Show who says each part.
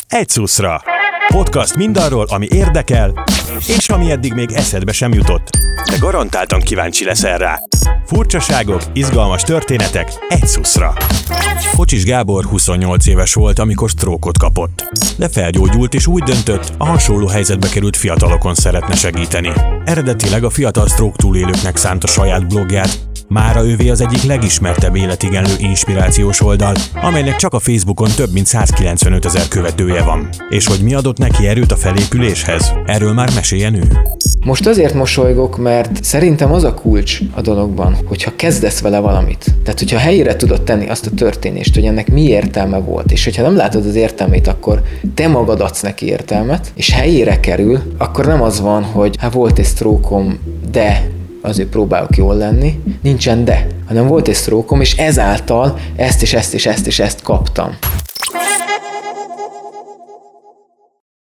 Speaker 1: egy szuszra. Podcast mindarról, ami érdekel, és ami eddig még eszedbe sem jutott. De garantáltan kíváncsi leszel rá. Furcsaságok, izgalmas történetek, egy szuszra. Kocsis Gábor 28 éves volt, amikor sztrókot kapott. De felgyógyult és úgy döntött, a hasonló helyzetbe került fiatalokon szeretne segíteni. Eredetileg a fiatal sztrók túlélőknek szánta saját blogját, mára ővé az egyik legismertebb életigenlő inspirációs oldal, amelynek csak a Facebookon több mint 195 000 követője van. És hogy mi adott neki erőt a felépüléshez? Erről már meséljen ő.
Speaker 2: Most azért mosolygok, mert szerintem az a kulcs a dologban, hogyha kezdesz vele valamit. Tehát, hogyha helyére tudod tenni azt a történést, hogy ennek mi értelme volt, és hogyha nem látod az értelmét, akkor te magad adsz neki értelmet, és helyére kerül, akkor nem az van, hogy volt egy sztrókom, de azért próbálok jól lenni, nincsen de, hanem volt egy sztrókom, és ezáltal ezt és ezt és ezt és ezt kaptam.